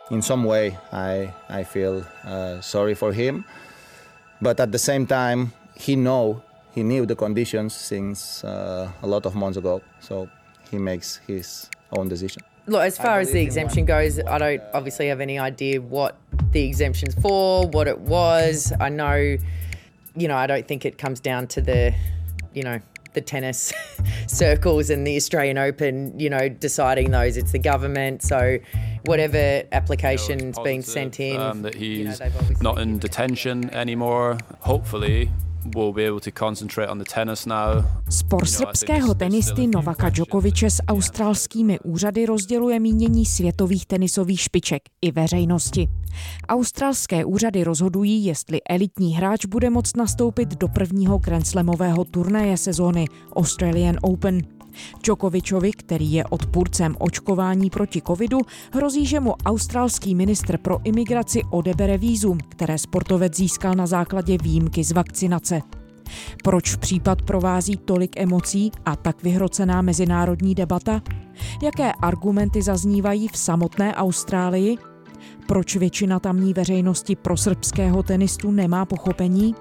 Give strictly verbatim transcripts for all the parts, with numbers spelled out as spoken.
In some way, I I feel uh, sorry for him, but at the same time, he know he knew the conditions since uh, a lot of months ago, so he makes his own decision. Look, as far as the exemption goes, I don't obviously have any idea what the exemption's for, what it was. I know, you know, I don't think it comes down to the, you know, the tennis circles and the Australian Open, you know, deciding those. It's the government, so whatever application's being sent in. Um, that he's you know, not in detention anymore. Hopefully we'll be able to concentrate on the tennis now. Spor srbského tenisty Novaka Djokoviče s australskými úřady rozděluje mínění světových tenisových špiček i veřejnosti. Australské úřady rozhodují, jestli elitní hráč bude moct nastoupit do prvního grandslamového turnaje sezóny Australian Open. Djokovičovi, který je odpůrcem očkování proti covidu, hrozí, že mu australský ministr pro imigraci odebere vízum, které sportovec získal na základě výjimky z vakcinace. Proč případ provází tolik emocí a tak vyhrocená mezinárodní debata? Jaké argumenty zaznívají v samotné Austrálii? Proč většina tamní veřejnosti pro srbského tenistu nemá pochopení?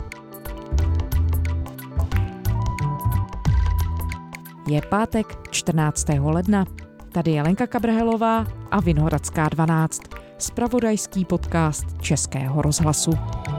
Je pátek čtrnáctého ledna. Tady je Lenka Kabrhelová a Vinohradská dvanáct, zpravodajský podcast Českého rozhlasu.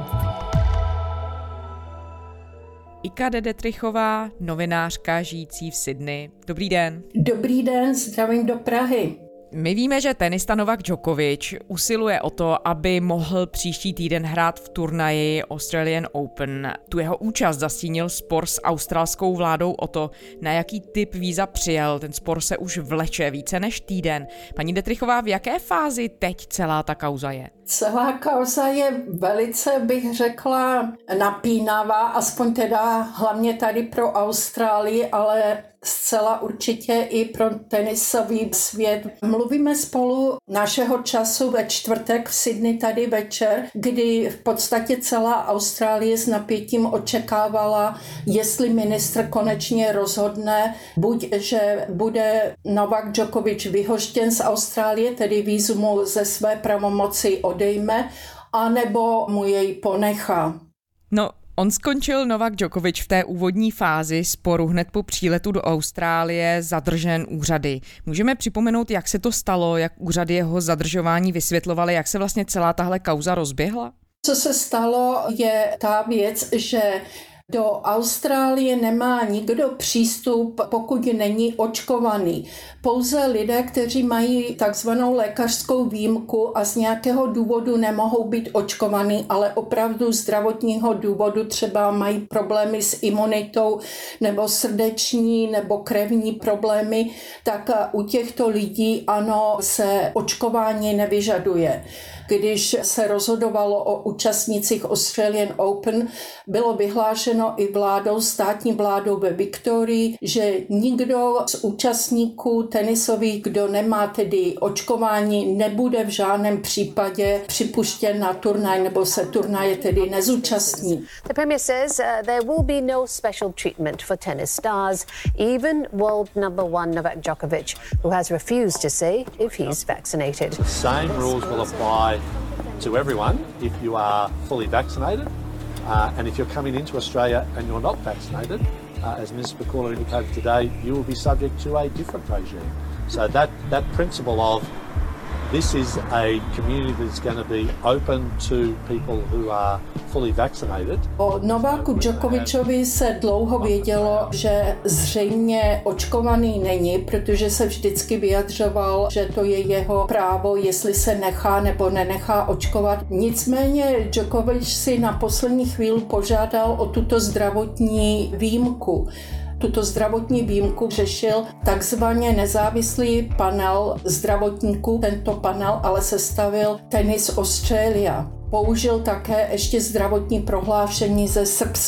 Ika Dedetrichová, novinářka žijící v Sydney. Dobrý den. Dobrý den, zdravím do Prahy. My víme, že tenista Novak Djokovič usiluje o to, aby mohl příští týden hrát v turnaji Australian Open. Tu jeho účast zastínil spor s australskou vládou o to, na jaký typ víza přijel. Ten spor se už vleče více než týden. Paní Detrichová, v jaké fázi teď celá ta kauza je? Celá kauza je velice, bych řekla, napínavá, aspoň teda hlavně tady pro Austrálii, ale zcela určitě i pro tenisový svět. Mluvíme spolu našeho času ve čtvrtek v Sydney tady večer, kdy v podstatě celá Austrálie s napětím očekávala, jestli ministr konečně rozhodne, buď, že bude Novak Djokovič vyhoštěn z Austrálie, tedy vízum mu ze své pravomoci odejme, anebo mu jej ponechá. No, on skončil Novak Djokovič v té úvodní fázi sporu hned po příletu do Austrálie zadržen úřady. Můžeme připomenout, jak se to stalo, jak úřady jeho zadržování vysvětlovaly, jak se vlastně celá tahle kauza rozběhla? Co se stalo, je ta věc, že do Austrálie nemá nikdo přístup, pokud není očkovaný. Pouze lidé, kteří mají takzvanou lékařskou výjimku a z nějakého důvodu nemohou být očkovaný, ale opravdu zdravotního důvodu, třeba mají problémy s imunitou nebo srdeční nebo krevní problémy, tak u těchto lidí ano, se očkování nevyžaduje. Když se rozhodovalo o účastnících Australian Open, bylo vyhlášeno i vládou, státní vládou ve Viktorii, že nikdo z účastníků tenisových, kdo nemá tedy očkování, nebude v žádném případě připuštěn na turnaj nebo se turnaje tedy nezúčastní. The Premier says uh, there will be no special treatment for tennis stars, even world number one Novak Djokovic, who has refused to say if he's vaccinated. The same rules will apply to everyone if you are fully vaccinated, uh, and if you're coming into Australia and you're not vaccinated, uh, as Miz Bakula indicated today, you will be subject to a different regime. So that, that principle of this is a community that's going to be open to people who are fully vaccinated. O Nováku Djokovičovi se dlouho vědělo, že zřejmě očkovaný není, protože se vždycky vyjadřoval, že to je jeho právo, jestli se nechá nebo nenechá očkovat. Nicméně Djokovič si na poslední chvíli požádal o tuto zdravotní výjimku. Tuto zdravotní výjimku řešil takzvaně nezávislý panel zdravotníků. Tento panel ale sestavil Tennis Australia. Použil také ještě zdravotní prohlášení ze Srbska.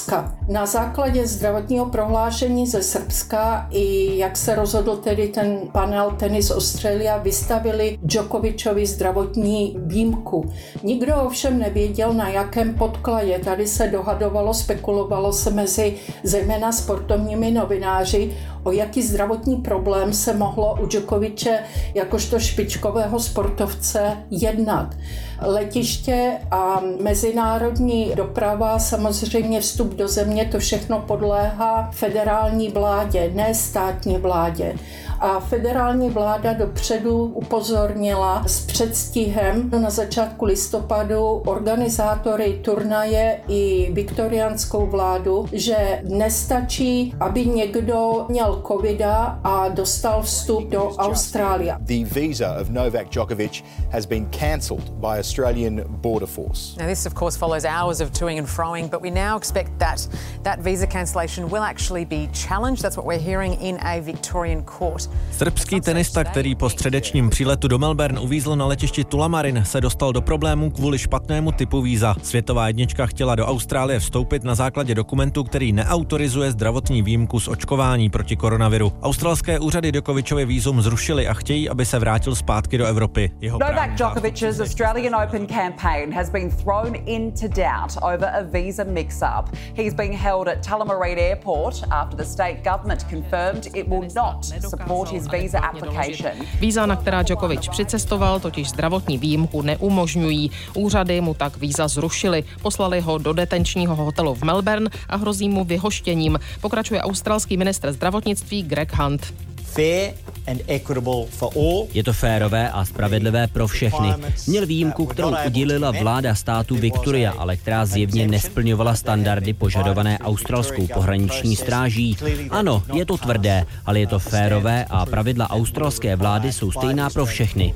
Na základě zdravotního prohlášení ze Srbska i jak se rozhodl tedy ten panel Tennis Australia, vystavili Djokovičovi zdravotní výjimku. Nikdo ovšem nevěděl, na jakém podkladě. Tady se dohadovalo, spekulovalo se mezi zejména sportovními novináři, o jaký zdravotní problém se mohlo u Djokoviče jakožto špičkového sportovce jednat. Letiště a mezinárodní doprava, samozřejmě vstup do země, to všechno podléhá federální vládě, ne státní vládě. A federální vláda dopředu upozornila s předstihem na začátku listopadu organizátory turnaje i viktoriánskou vládu, že nestačí, aby někdo měl covida a dostal vstup do Austrálie. The visa of Novak Djokovic has been cancelled by Australian Border Force. Now this of course follows hours of toing and froing, but we now expect that that visa cancellation will actually be challenged. That's what we're hearing in a Victorian court. Srbský tenista, který po středečním příletu do Melbourne uvízl na letišti Tullamarine, se dostal do problémů kvůli špatnému typu víza. Světová jednička chtěla do Austrálie vstoupit na základě dokumentu, který neautorizuje zdravotní výjimku z očkování proti koronaviru. Australské úřady Djokovičovi vízum zrušily a chtějí, aby se vrátil zpátky do Evropy. Jeho Novak Djokovic's Australian Open campaign has been thrown into doubt over a visa mix-up. He's being held at Tullamarine Airport after the state government confirmed it will not support his visa application. Víza, na která Djokovic přicestoval, totiž zdravotní výjimku neumožňují. Úřady mu tak víza zrušily. Poslali ho do detenčního hotelu v Melbourne a hrozí mu vyhoštěním. Pokračuje australský ministr zdravotnictví Greg Hunt. Je to férové a spravedlivé pro všechny. Měl výjimku, kterou udělila vláda státu Victoria, ale která zjevně nesplňovala standardy požadované australskou pohraniční stráží. Ano, je to tvrdé, ale je to férové a pravidla australské vlády jsou stejná pro všechny.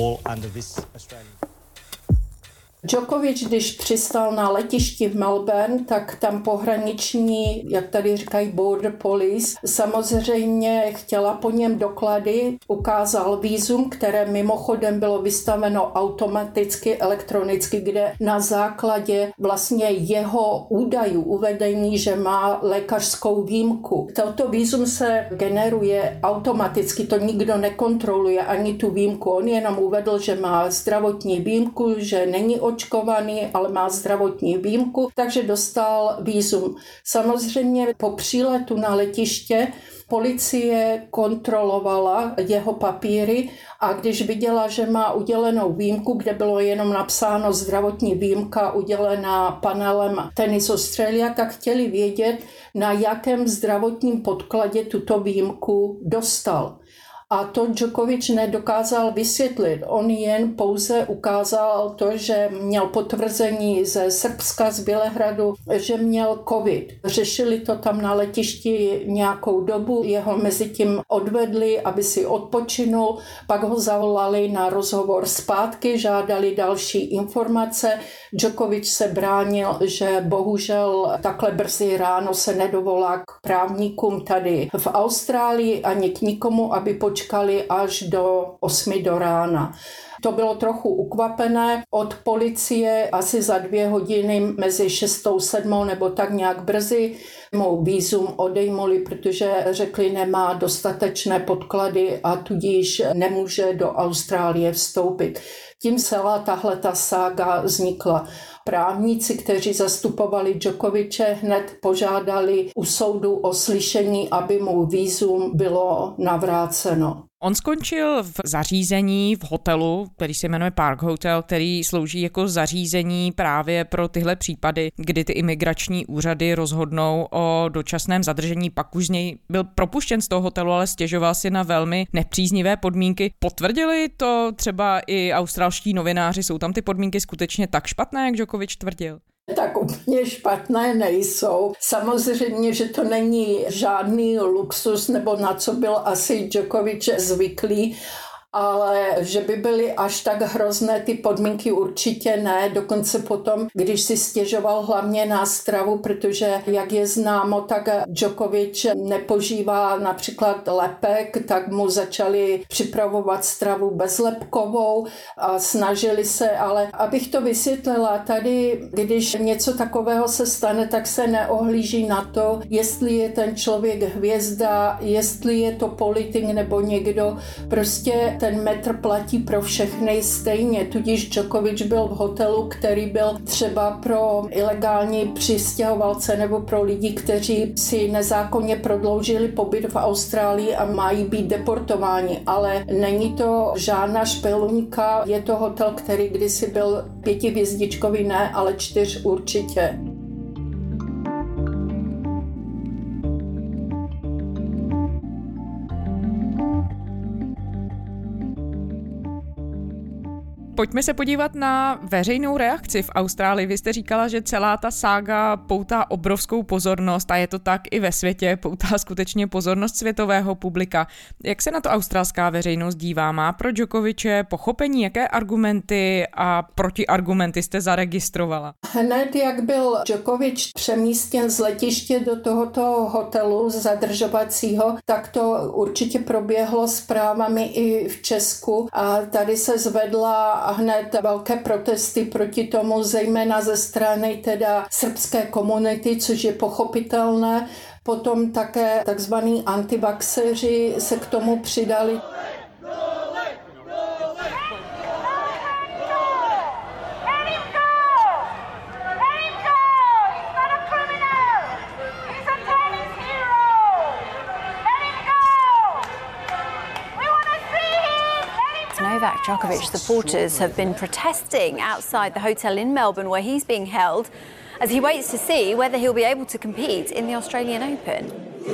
Djokovic, když přistál na letišti v Melbourne, tak tam pohraniční, jak tady říkají border police, samozřejmě chtěla po něm doklady, ukázal vízum, které mimochodem bylo vystaveno automaticky, elektronicky, kde na základě vlastně jeho údajů uvedení, že má lékařskou výjimku. Toto vízum se generuje automaticky, to nikdo nekontroluje ani tu výjimku. On jenom uvedl, že má zdravotní výjimku, že není očkovaný, ale má zdravotní výjimku, takže dostal vízum. Samozřejmě po příletu na letiště policie kontrolovala jeho papíry a když viděla, že má udělenou výjimku, kde bylo jenom napsáno zdravotní výjimka udělená panelem Tennis Australia, tak chtěli vědět, na jakém zdravotním podkladě tuto výjimku dostal. A to Djokovic nedokázal vysvětlit. On jen pouze ukázal to, že měl potvrzení ze Srbska, z Bělehradu, že měl covid. Řešili to tam na letišti nějakou dobu, jeho mezi tím odvedli, aby si odpočinul, pak ho zavolali na rozhovor zpátky, žádali další informace. Djokovic se bránil, že bohužel takhle brzy ráno se nedovolá k právníkům tady v Austrálii ani k nikomu, aby počkali až do osmi do rána. To bylo trochu ukvapené od policie, asi za dvě hodiny mezi šestou, sedmou nebo tak nějak brzy mu vízum odejmuli, protože řekli, nemá dostatečné podklady a tudíž nemůže do Austrálie vstoupit. Tím celá tahleta sága vznikla. Právníci, kteří zastupovali Djokoviče, hned požádali u soudu o slyšení, aby mu vízum bylo navráceno. On skončil v zařízení v hotelu, který se jmenuje Park Hotel, který slouží jako zařízení právě pro tyhle případy, kdy ty imigrační úřady rozhodnou o dočasném zadržení. Pak už z něj byl propuštěn z toho hotelu, ale stěžoval si na velmi nepříznivé podmínky. Potvrdili to třeba i australští novináři? Jsou tam ty podmínky skutečně tak špatné, jak Djokovic tvrdil? Tak úplně špatné nejsou. Samozřejmě, že to není žádný luxus, nebo na co byl asi Djokovic zvyklý, ale že by byly až tak hrozné ty podmínky určitě ne, dokonce potom, když si stěžoval hlavně na stravu, protože jak je známo, tak Djokovic nepožívá například lepek, tak mu začali připravovat stravu bezlepkovou a snažili se, ale abych to vysvětlila, tady, když něco takového se stane, tak se neohlíží na to, jestli je ten člověk hvězda, jestli je to politik nebo někdo, prostě ten metr platí pro všechny stejně, tudíž Djokovic byl v hotelu, který byl třeba pro ilegální přistěhovalce nebo pro lidi, kteří si nezákonně prodloužili pobyt v Austrálii a mají být deportováni, ale není to žádná špelunka, je to hotel, který kdysi byl pětihvězdičkový, ne, ale čtyř určitě. Pojďme se podívat na veřejnou reakci v Austrálii. Vy jste říkala, že celá ta sága poutá obrovskou pozornost a je to tak i ve světě, poutá skutečně pozornost světového publika. Jak se na to australská veřejnost dívá? Má pro Djokoviče pochopení, jaké argumenty a protiargumenty jste zaregistrovala? Hned jak byl Djokovic přemístěn z letiště do tohoto hotelu zadržovacího, tak to určitě proběhlo zprávami i v Česku a tady se zvedla a hned velké protesty proti tomu, zejména ze strany teda srbské komunity, což je pochopitelné. Potom také takzvaní antivaxeři se k tomu přidali. Novak Djokovic supporters have been protesting outside the hotel in Melbourne where he's being held as he waits to see whether he'll be able to compete in the Australian Open.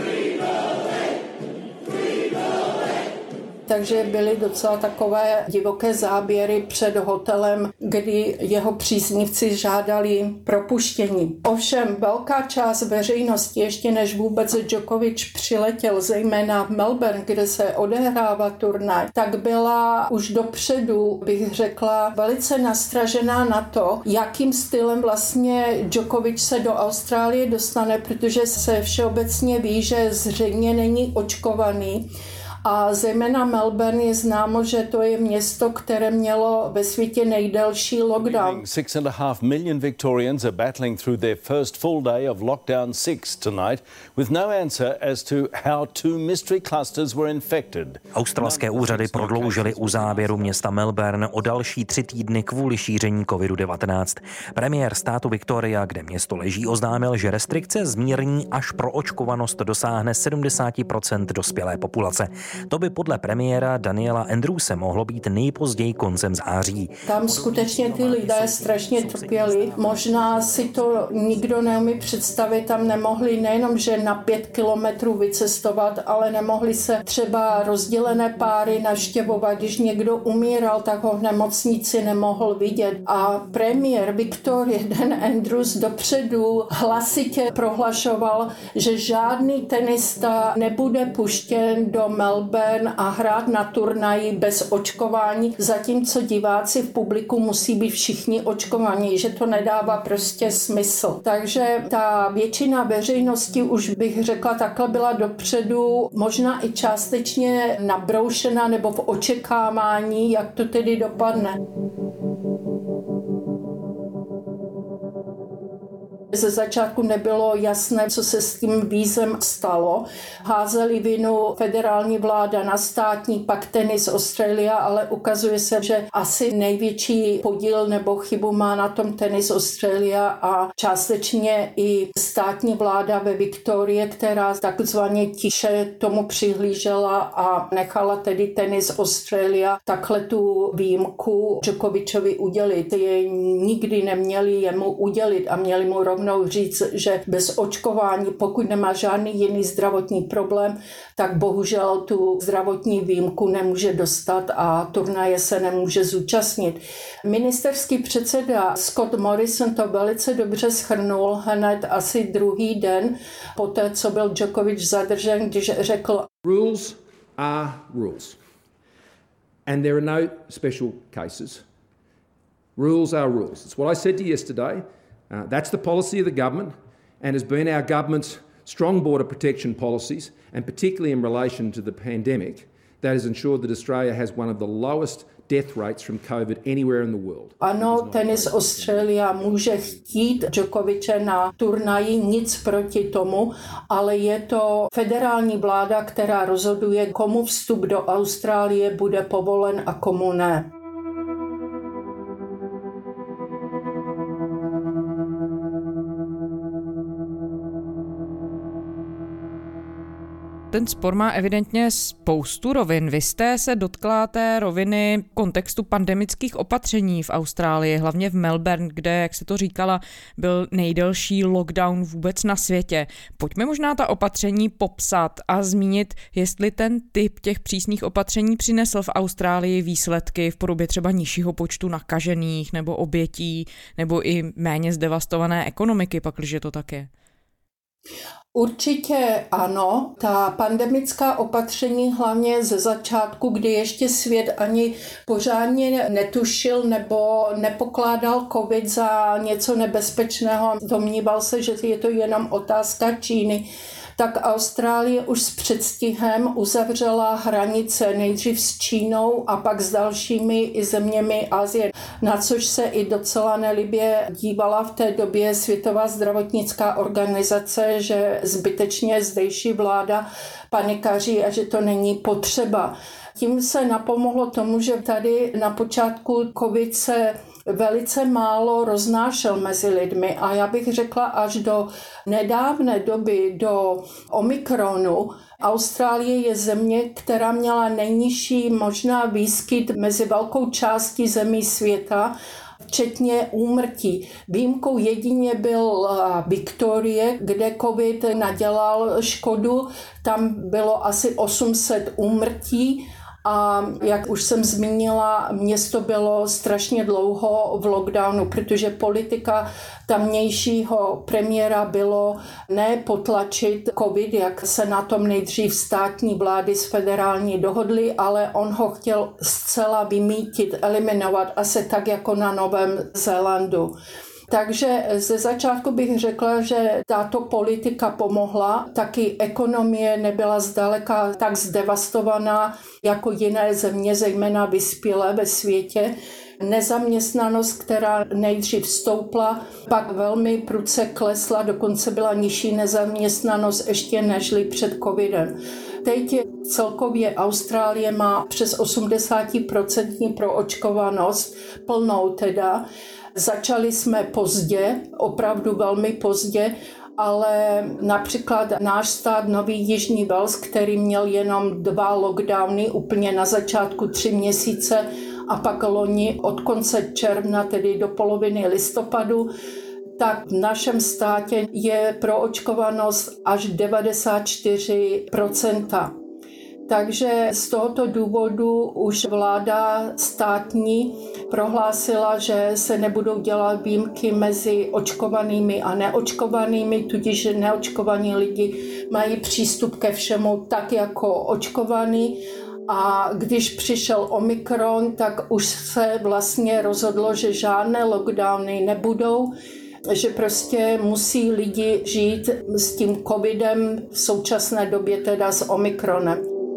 Takže byly docela takové divoké záběry před hotelem, kdy jeho příznivci žádali propuštění. Ovšem velká část veřejnosti, ještě než vůbec Djokovic přiletěl, zejména v Melbourne, kde se odehrává turnaj, tak byla už dopředu, bych řekla, velice nastražená na to, jakým stylem vlastně Djokovic se do Austrálie dostane, protože se všeobecně ví, že zřejmě není očkovaný. A zejména Melbourne je známo, že to je město, které mělo ve světě nejdelší lockdown. Six and a half million Victorians are battling through their first full day of lockdown six tonight with no answer as to how two mystery clusters were infected. Australské úřady prodloužily uzávěru města Melbourne o další tři týdny kvůli šíření kovidu devatenáct. Premiér státu Victoria, kde město leží, oznámil, že restrikce zmírní, až proočkovanost dosáhne sedmdesát procent dospělé populace. To by podle premiéra Daniela Andrewse mohlo být nejpozději koncem září. Tam skutečně ty lidé strašně trpěli. Možná si to nikdo neumí představit, tam nemohli nejenom, že na pět kilometrů vycestovat, ale nemohli se třeba rozdělené páry navštěvovat. Když někdo umíral, tak ho v nemocnici nemohl vidět. A premiér Victorie Dan Andrews dopředu hlasitě prohlašoval, že žádný tenista nebude puštěn do Melbourne a hrát na turnaji bez očkování, zatímco diváci v publiku musí být všichni očkovaní, že to nedává prostě smysl. Takže ta většina veřejnosti, už bych řekla, takhle byla dopředu, možná i částečně nabroušena nebo v očekávání, jak to tedy dopadne. Ze začátku nebylo jasné, co se s tím vízem stalo. Házeli vinu federální vláda na státní, pak Tennis Australia, ale ukazuje se, že asi největší podíl nebo chybu má na tom Tennis Australia a částečně i státní vláda ve Viktorii, která takzvaně tiše tomu přihlížela a nechala tedy Tennis Australia takhle tu výjimku Djokovičovi udělit. Je nikdy neměli jemu udělit a měli mu rovnou říct, že bez očkování, pokud nemá žádný jiný zdravotní problém, tak bohužel tu zdravotní výjimku nemůže dostat a turnaje se nemůže zúčastnit. Ministerský předseda Scott Morrison to velice dobře shrnul hned asi druhý den poté, co byl Djokovic zadržen, když řekl: Rules are rules. and there are no special cases. Rules are rules. It's what I said to you yesterday. Uh, that's the policy of the government and has been our government's strong border protection policies, and particularly in relation to the pandemic, that has ensured that Australia has one of the lowest death rates from COVID anywhere in the world. Ano, Tennis Australia může chtít Djokoviče na turnaji, nic proti tomu, ale je to federální vláda, která rozhoduje, komu vstup do Austrálie bude povolen a komu ne. Ten spor má evidentně spoustu rovin. Vy jste se dotkla té roviny kontextu pandemických opatření v Austrálii, hlavně v Melbourne, kde, jak se to říkala, byl nejdelší lockdown vůbec na světě. Pojďme možná ta opatření popsat a zmínit, jestli ten typ těch přísných opatření přinesl v Austrálii výsledky v podobě třeba nižšího počtu nakažených nebo obětí, nebo i méně zdevastované ekonomiky, pakliže to tak je. Určitě ano, ta pandemická opatření hlavně ze začátku, kdy ještě svět ani pořádně netušil nebo nepokládal covid za něco nebezpečného, domníval se, že je to jenom otázka Číny, tak Austrálie už s předstihem uzavřela hranice nejdřív s Čínou a pak s dalšími i zeměmi Asie, na což se i docela nelibě dívala v té době Světová zdravotnická organizace, že zbytečně zdejší vláda panikaří a že to není potřeba. Tím se napomohlo tomu, že tady na počátku covid se velice málo roznášel mezi lidmi a já bych řekla až do nedávné doby, do Omikronu. Austrálie je země, která měla nejnižší možná výskyt mezi velkou částí zemí světa, včetně úmrtí. Výjimkou jedině byl Viktorie, kde covid nadělal škodu. Tam bylo asi osm set úmrtí. A jak už jsem zmínila, město bylo strašně dlouho v lockdownu, protože politika tamnějšího premiéra bylo ne potlačit covid, jak se na tom nejdřív státní vlády z federální dohodly, ale on ho chtěl zcela vymýtit, eliminovat, asi tak jako na Novém Zélandu. Takže ze začátku bych řekla, že tato politika pomohla, taky ekonomie nebyla zdaleka tak zdevastovaná jako jiné země, zejména vyspělé ve světě. Nezaměstnanost, která nejdřív stoupla, pak velmi prudce klesla, dokonce byla nižší nezaměstnanost ještě nežli před covidem. Teď celkově Austrálie má přes osmdesát procent proočkovanost, plnou teda. Začali jsme pozdě, opravdu velmi pozdě, ale například náš stát Nový Jižní Wales, který měl jenom dva lockdowny, úplně na začátku tři měsíce a pak loni od konce června, tedy do poloviny listopadu, tak v našem státě je proočkovanost až devadesát čtyři procent. Takže z tohoto důvodu už vláda státní prohlásila, že se nebudou dělat výjimky mezi očkovanými a neočkovanými, tudíž neočkovaní lidi mají přístup ke všemu tak jako očkovaní. A když přišel Omikron, tak už se vlastně rozhodlo, že žádné lockdowny nebudou, že prostě musí lidi žít s tím covidem v současné době, teda s Omikronem.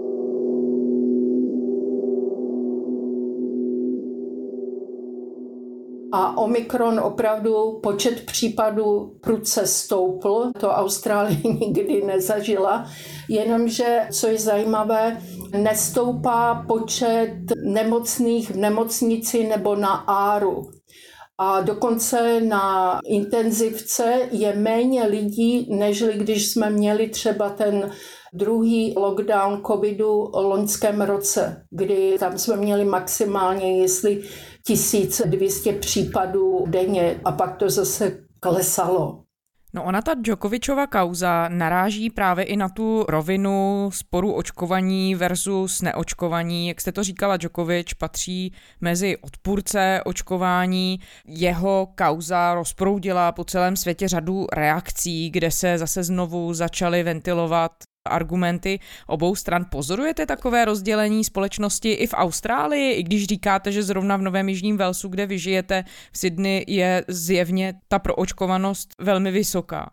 A Omikron opravdu počet případů prudce stoupl, to Austrálie nikdy nezažila, jenomže, co je zajímavé, nestoupá počet nemocných v nemocnici nebo na áru. A dokonce na intenzivce je méně lidí, než když jsme měli třeba ten druhý lockdown covidu v loňském roce, kdy tam jsme měli maximálně, jestli tisíc dvě stě případů denně a pak to zase klesalo. No ona ta Djokovičova kauza naráží právě i na tu rovinu sporu očkovaní versus neočkovaní. Jak jste to říkala, Djokovič patří mezi odpůrce očkování. Jeho kauza rozproudila po celém světě řadu reakcí, kde se zase znovu začaly ventilovat argumenty obou stran. Pozorujete takové rozdělení společnosti i v Austrálii, i když říkáte, že zrovna v Novém Jižním Walesu, kde vy žijete, v Sydney, je zjevně ta proočkovanost velmi vysoká?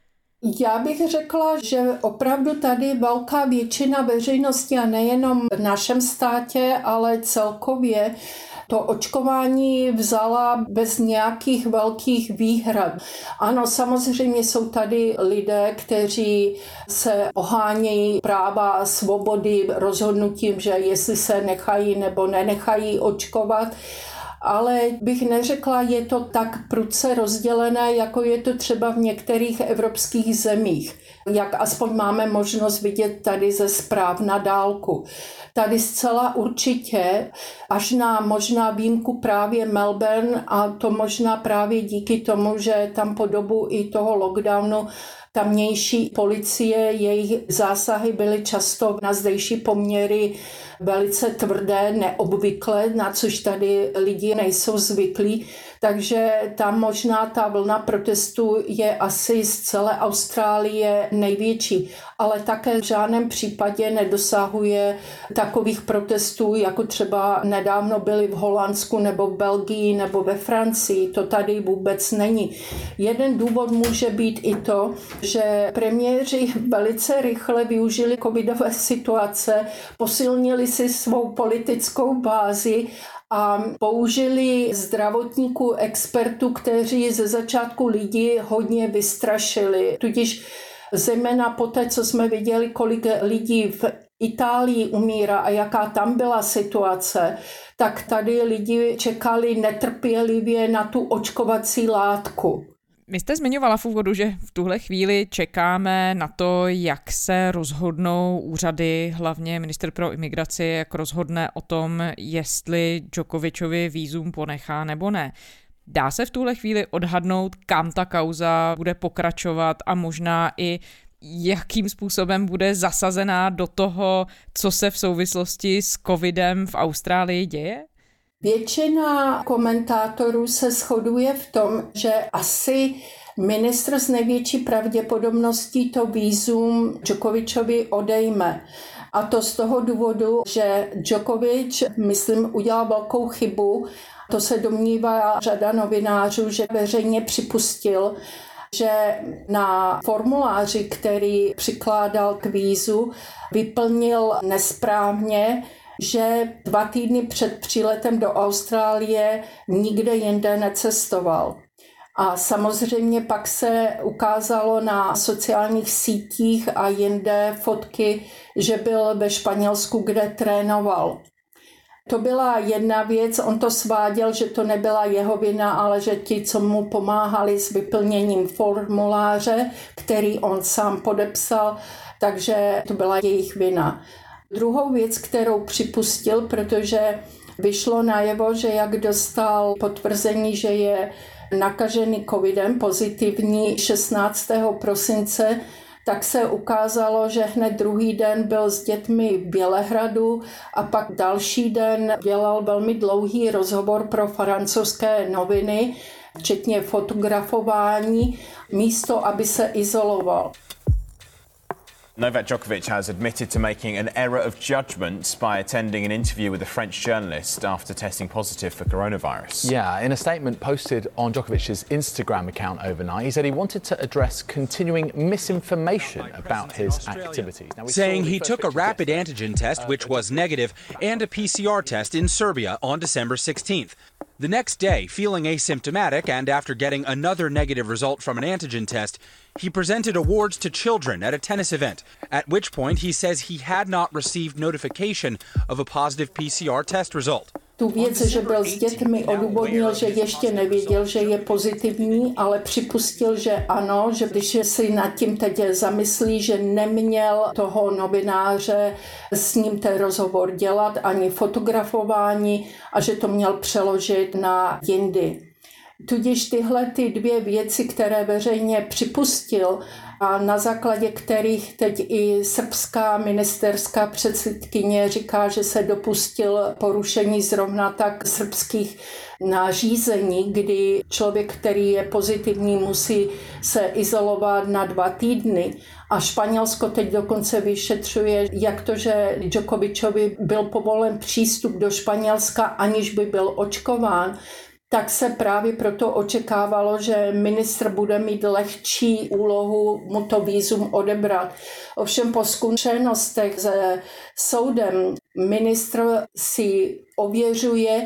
Já bych řekla, že opravdu tady velká většina veřejnosti a nejenom v našem státě, ale celkově to očkování vzala bez nějakých velkých výhrad. Ano, samozřejmě jsou tady lidé, kteří se ohánějí práva a svobody rozhodnutím, že jestli se nechají nebo nenechají očkovat, ale bych neřekla, je to tak prudce rozdělené, jako je to třeba v některých evropských zemích, jak aspoň máme možnost vidět tady ze zpráv na dálku. Tady zcela určitě, až na možná výjimku právě Melbourne, a to možná právě díky tomu, že tam po dobu i toho lockdownu tamnější policie, jejich zásahy byly často na zdejší poměry velice tvrdé, neobvyklé, na což tady lidi nejsou zvyklí. Takže tam možná ta vlna protestů je asi z celé Austrálie největší, ale také v žádném případě nedosahuje takových protestů, jako třeba nedávno byly v Holandsku nebo v Belgii nebo ve Francii. To tady vůbec není. Jeden důvod může být i to, že premiéři velice rychle využili covidové situace, posilnili si svou politickou bázi a použili zdravotníků, expertů, kteří ze začátku lidi hodně vystrašili. Tudíž zejména po té, co jsme viděli, kolik lidí v Itálii umírá a jaká tam byla situace, tak tady lidi čekali netrpělivě na tu očkovací látku. Vy jste zmiňovala v úvodu, že v tuhle chvíli čekáme na to, jak se rozhodnou úřady, hlavně ministr pro imigraci, jak rozhodne o tom, jestli Djokovičovi vízum ponechá nebo ne. Dá se v tuhle chvíli odhadnout, kam ta kauza bude pokračovat a možná i jakým způsobem bude zasazená do toho, co se v souvislosti s covidem v Austrálii děje? Většina komentátorů se shoduje v tom, že asi ministr s největší pravděpodobností to vízum Djokovičovi odejme. A to z toho důvodu, že Djokovič, myslím, udělal velkou chybu. To se domnívá řada novinářů, že veřejně připustil, že na formuláři, který přikládal k vízu, vyplnil nesprávně, že dva týdny před příletem do Austrálie nikde jinde necestoval. A samozřejmě pak se ukázalo na sociálních sítích a jinde fotky, že byl ve Španělsku, kde trénoval. To byla jedna věc, on to sváděl, že to nebyla jeho vina, ale že ti, co mu pomáhali s vyplněním formuláře, který on sám podepsal, takže to byla jejich vina. Druhou věc, kterou připustil, protože vyšlo najevo, že jak dostal potvrzení, že je nakažený covidem pozitivní šestnáctého prosince, tak se ukázalo, že hned druhý den byl s dětmi v Bělehradu a pak další den dělal velmi dlouhý rozhovor pro francouzské noviny, včetně fotografování, místo aby se izoloval. Novak Djokovic has admitted to making an error of judgment by attending an interview with a French journalist after testing positive for coronavirus. Yeah, in a statement posted on Djokovic's Instagram account overnight, he said he wanted to address continuing misinformation about his activities. Now, saying he took a rapid antigen test, which was negative, and a P C R test in Serbia on December sixteenth. The next day, feeling asymptomatic and after getting another negative result from an antigen test, he presented awards to children at a tennis event, at which point he says he had not received notification of a positive P C R test result. Tu věc, že byl s dětmi, odůvodnil, že ještě nevěděl, že je pozitivní, ale připustil, že ano, že když si nad tím teď zamyslí, že neměl toho novináře s ním ten rozhovor dělat, ani fotografování a že to měl přeložit na jindy. Tudíž tyhle ty dvě věci, které veřejně připustil, a na základě kterých teď i srbská ministerská předsedkyně říká, že se dopustil porušení zrovna tak srbských nařízení, kdy člověk, který je pozitivní, musí se izolovat na dva týdny. A Španělsko teď dokonce vyšetřuje, jak to, že Djokovičovi byl povolen přístup do Španělska, aniž by byl očkován, tak se právě proto očekávalo, že ministr bude mít lehčí úlohu mu to vízum odebrat. Ovšem po zkušenostech se soudem ministr si ověřuje,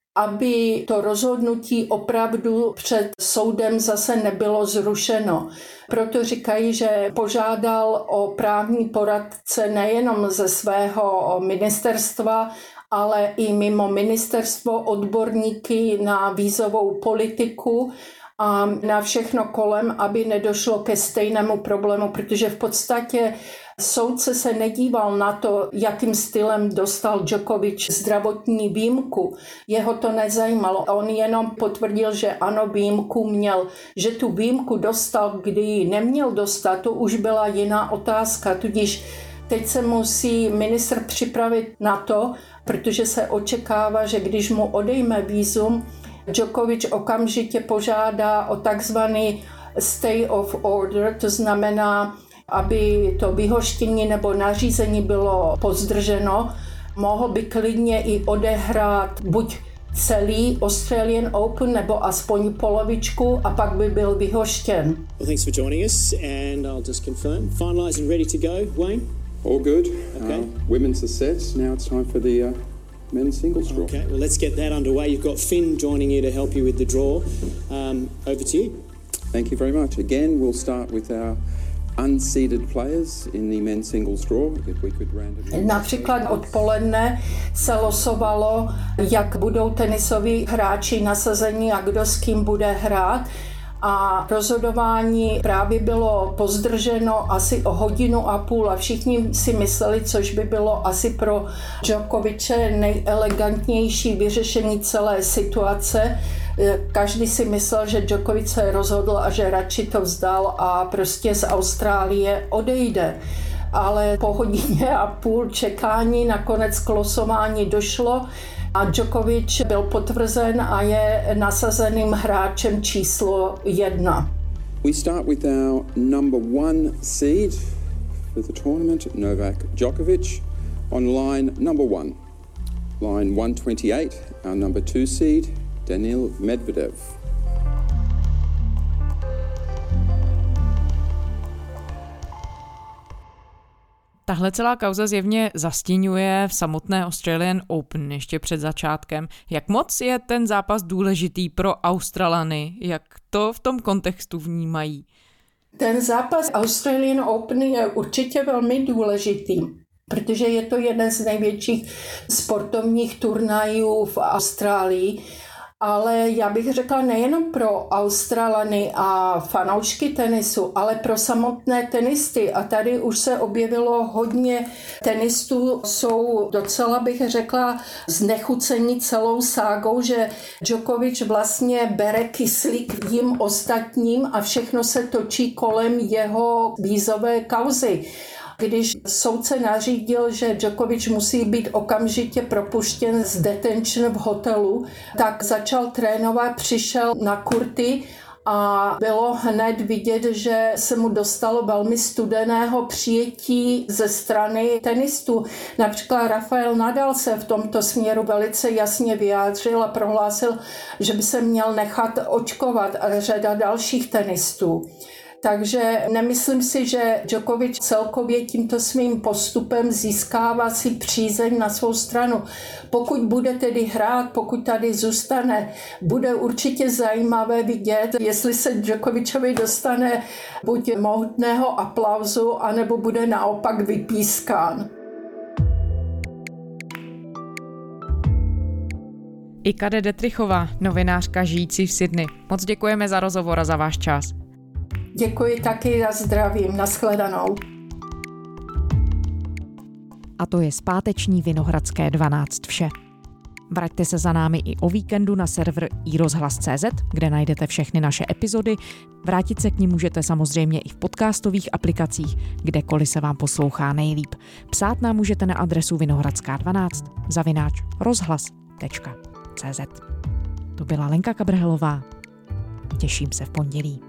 aby to rozhodnutí opravdu před soudem zase nebylo zrušeno. Proto říkají, že požádal o právní poradce nejenom ze svého ministerstva, ale i mimo ministerstvo odborníky na vízovou politiku a na všechno kolem, aby nedošlo ke stejnému problému, protože v podstatě soudce se nedíval na to, jakým stylem dostal Djokovic zdravotní výjimku. Jeho to nezajímalo. On jenom potvrdil, že ano, výjimku měl. Že tu výjimku dostal, kdy ji neměl dostat, to už byla jiná otázka. Tudíž teď se musí ministr připravit na to, protože se očekává, že když mu odejme vízum, Djokovic okamžitě požádá o takzvaný stay of order, to znamená, aby to vyhoštění nebo nařízení bylo pozdrženo, mohl by klidně i odehrát buď celý Australian Open nebo aspoň polovičku a pak by byl vyhoštěn. Well, thanks for joining us and I'll just confirm. Finalised and ready to go, Wayne? All good. Okay. Uh, women's are set. Now it's time for the uh, men's singles draw. Okay, well, let's get that underway. You've got Finn joining you to help you with the draw. Um, over to you. Thank you very much. Again, we'll start with our unseeded players in the men's singles draw. If we could randomly... Například odpoledne se losovalo, jak budou tenisoví hráči nasazení a kdo s kým bude hrát. A rozhodování právě bylo pozdrženo asi o hodinu a půl a všichni si mysleli, což by bylo asi pro Djokoviče nejelegantnější vyřešení celé situace. Každý si myslel, že Djokovic se rozhodl a že radši to vzdal a prostě z Austrálie odejde. Ale po hodině a půl čekání nakonec k losování došlo a Djokovic byl potvrzen a je nasazeným hráčem číslo jedna. We start with our number one seed for the tournament, Novak Djokovic, on line number one. Line one twenty-eight, our number two seed, Daniil Medvedev. Tahle celá kauza zjevně zastíňuje v samotné Australian Open ještě před začátkem. Jak moc je ten zápas důležitý pro Australany? Jak to v tom kontextu vnímají? Ten zápas Australian Open je určitě velmi důležitý, protože je to jeden z největších sportovních turnajů v Austrálii. Ale já bych řekla nejenom pro Australany a fanoušky tenisu, ale pro samotné tenisty. A tady už se objevilo hodně tenistů, jsou docela bych řekla znechucení celou ságou, že Djokovic vlastně bere kyslík jim ostatním a všechno se točí kolem jeho vízové kauzy. Když soudce nařídil, že Djokovic musí být okamžitě propuštěn z detention v hotelu, tak začal trénovat, přišel na kurty a bylo hned vidět, že se mu dostalo velmi studeného přijetí ze strany tenistů. Například Rafael Nadal se v tomto směru velice jasně vyjádřil a prohlásil, že by se měl nechat očkovat a řada dalších tenistů. Takže nemyslím si, že Djokovic celkově tímto svým postupem získává si přízeň na svou stranu. Pokud bude tedy hrát, pokud tady zůstane, bude určitě zajímavé vidět, jestli se Djokovičovi dostane buď mohutného aplauzu, anebo bude naopak vypískán. Ika Detrichová, novinářka žijící v Sydney. Moc děkujeme za rozhovor a za váš čas. Děkuji taky a zdravím. Nashledanou. A to je z páteční Vinohradské dvanáct vše. Vraťte se za námi i o víkendu na server i rozhlas tečka cé zet, kde najdete všechny naše epizody. Vrátit se k nim můžete samozřejmě i v podcastových aplikacích, kdekoliv se vám poslouchá nejlíp. Psát nám můžete na adresu vinohradská dvanáct zavináč rozhlas tečka cé zet. To byla Lenka Kabrhelová. Těším se v pondělí.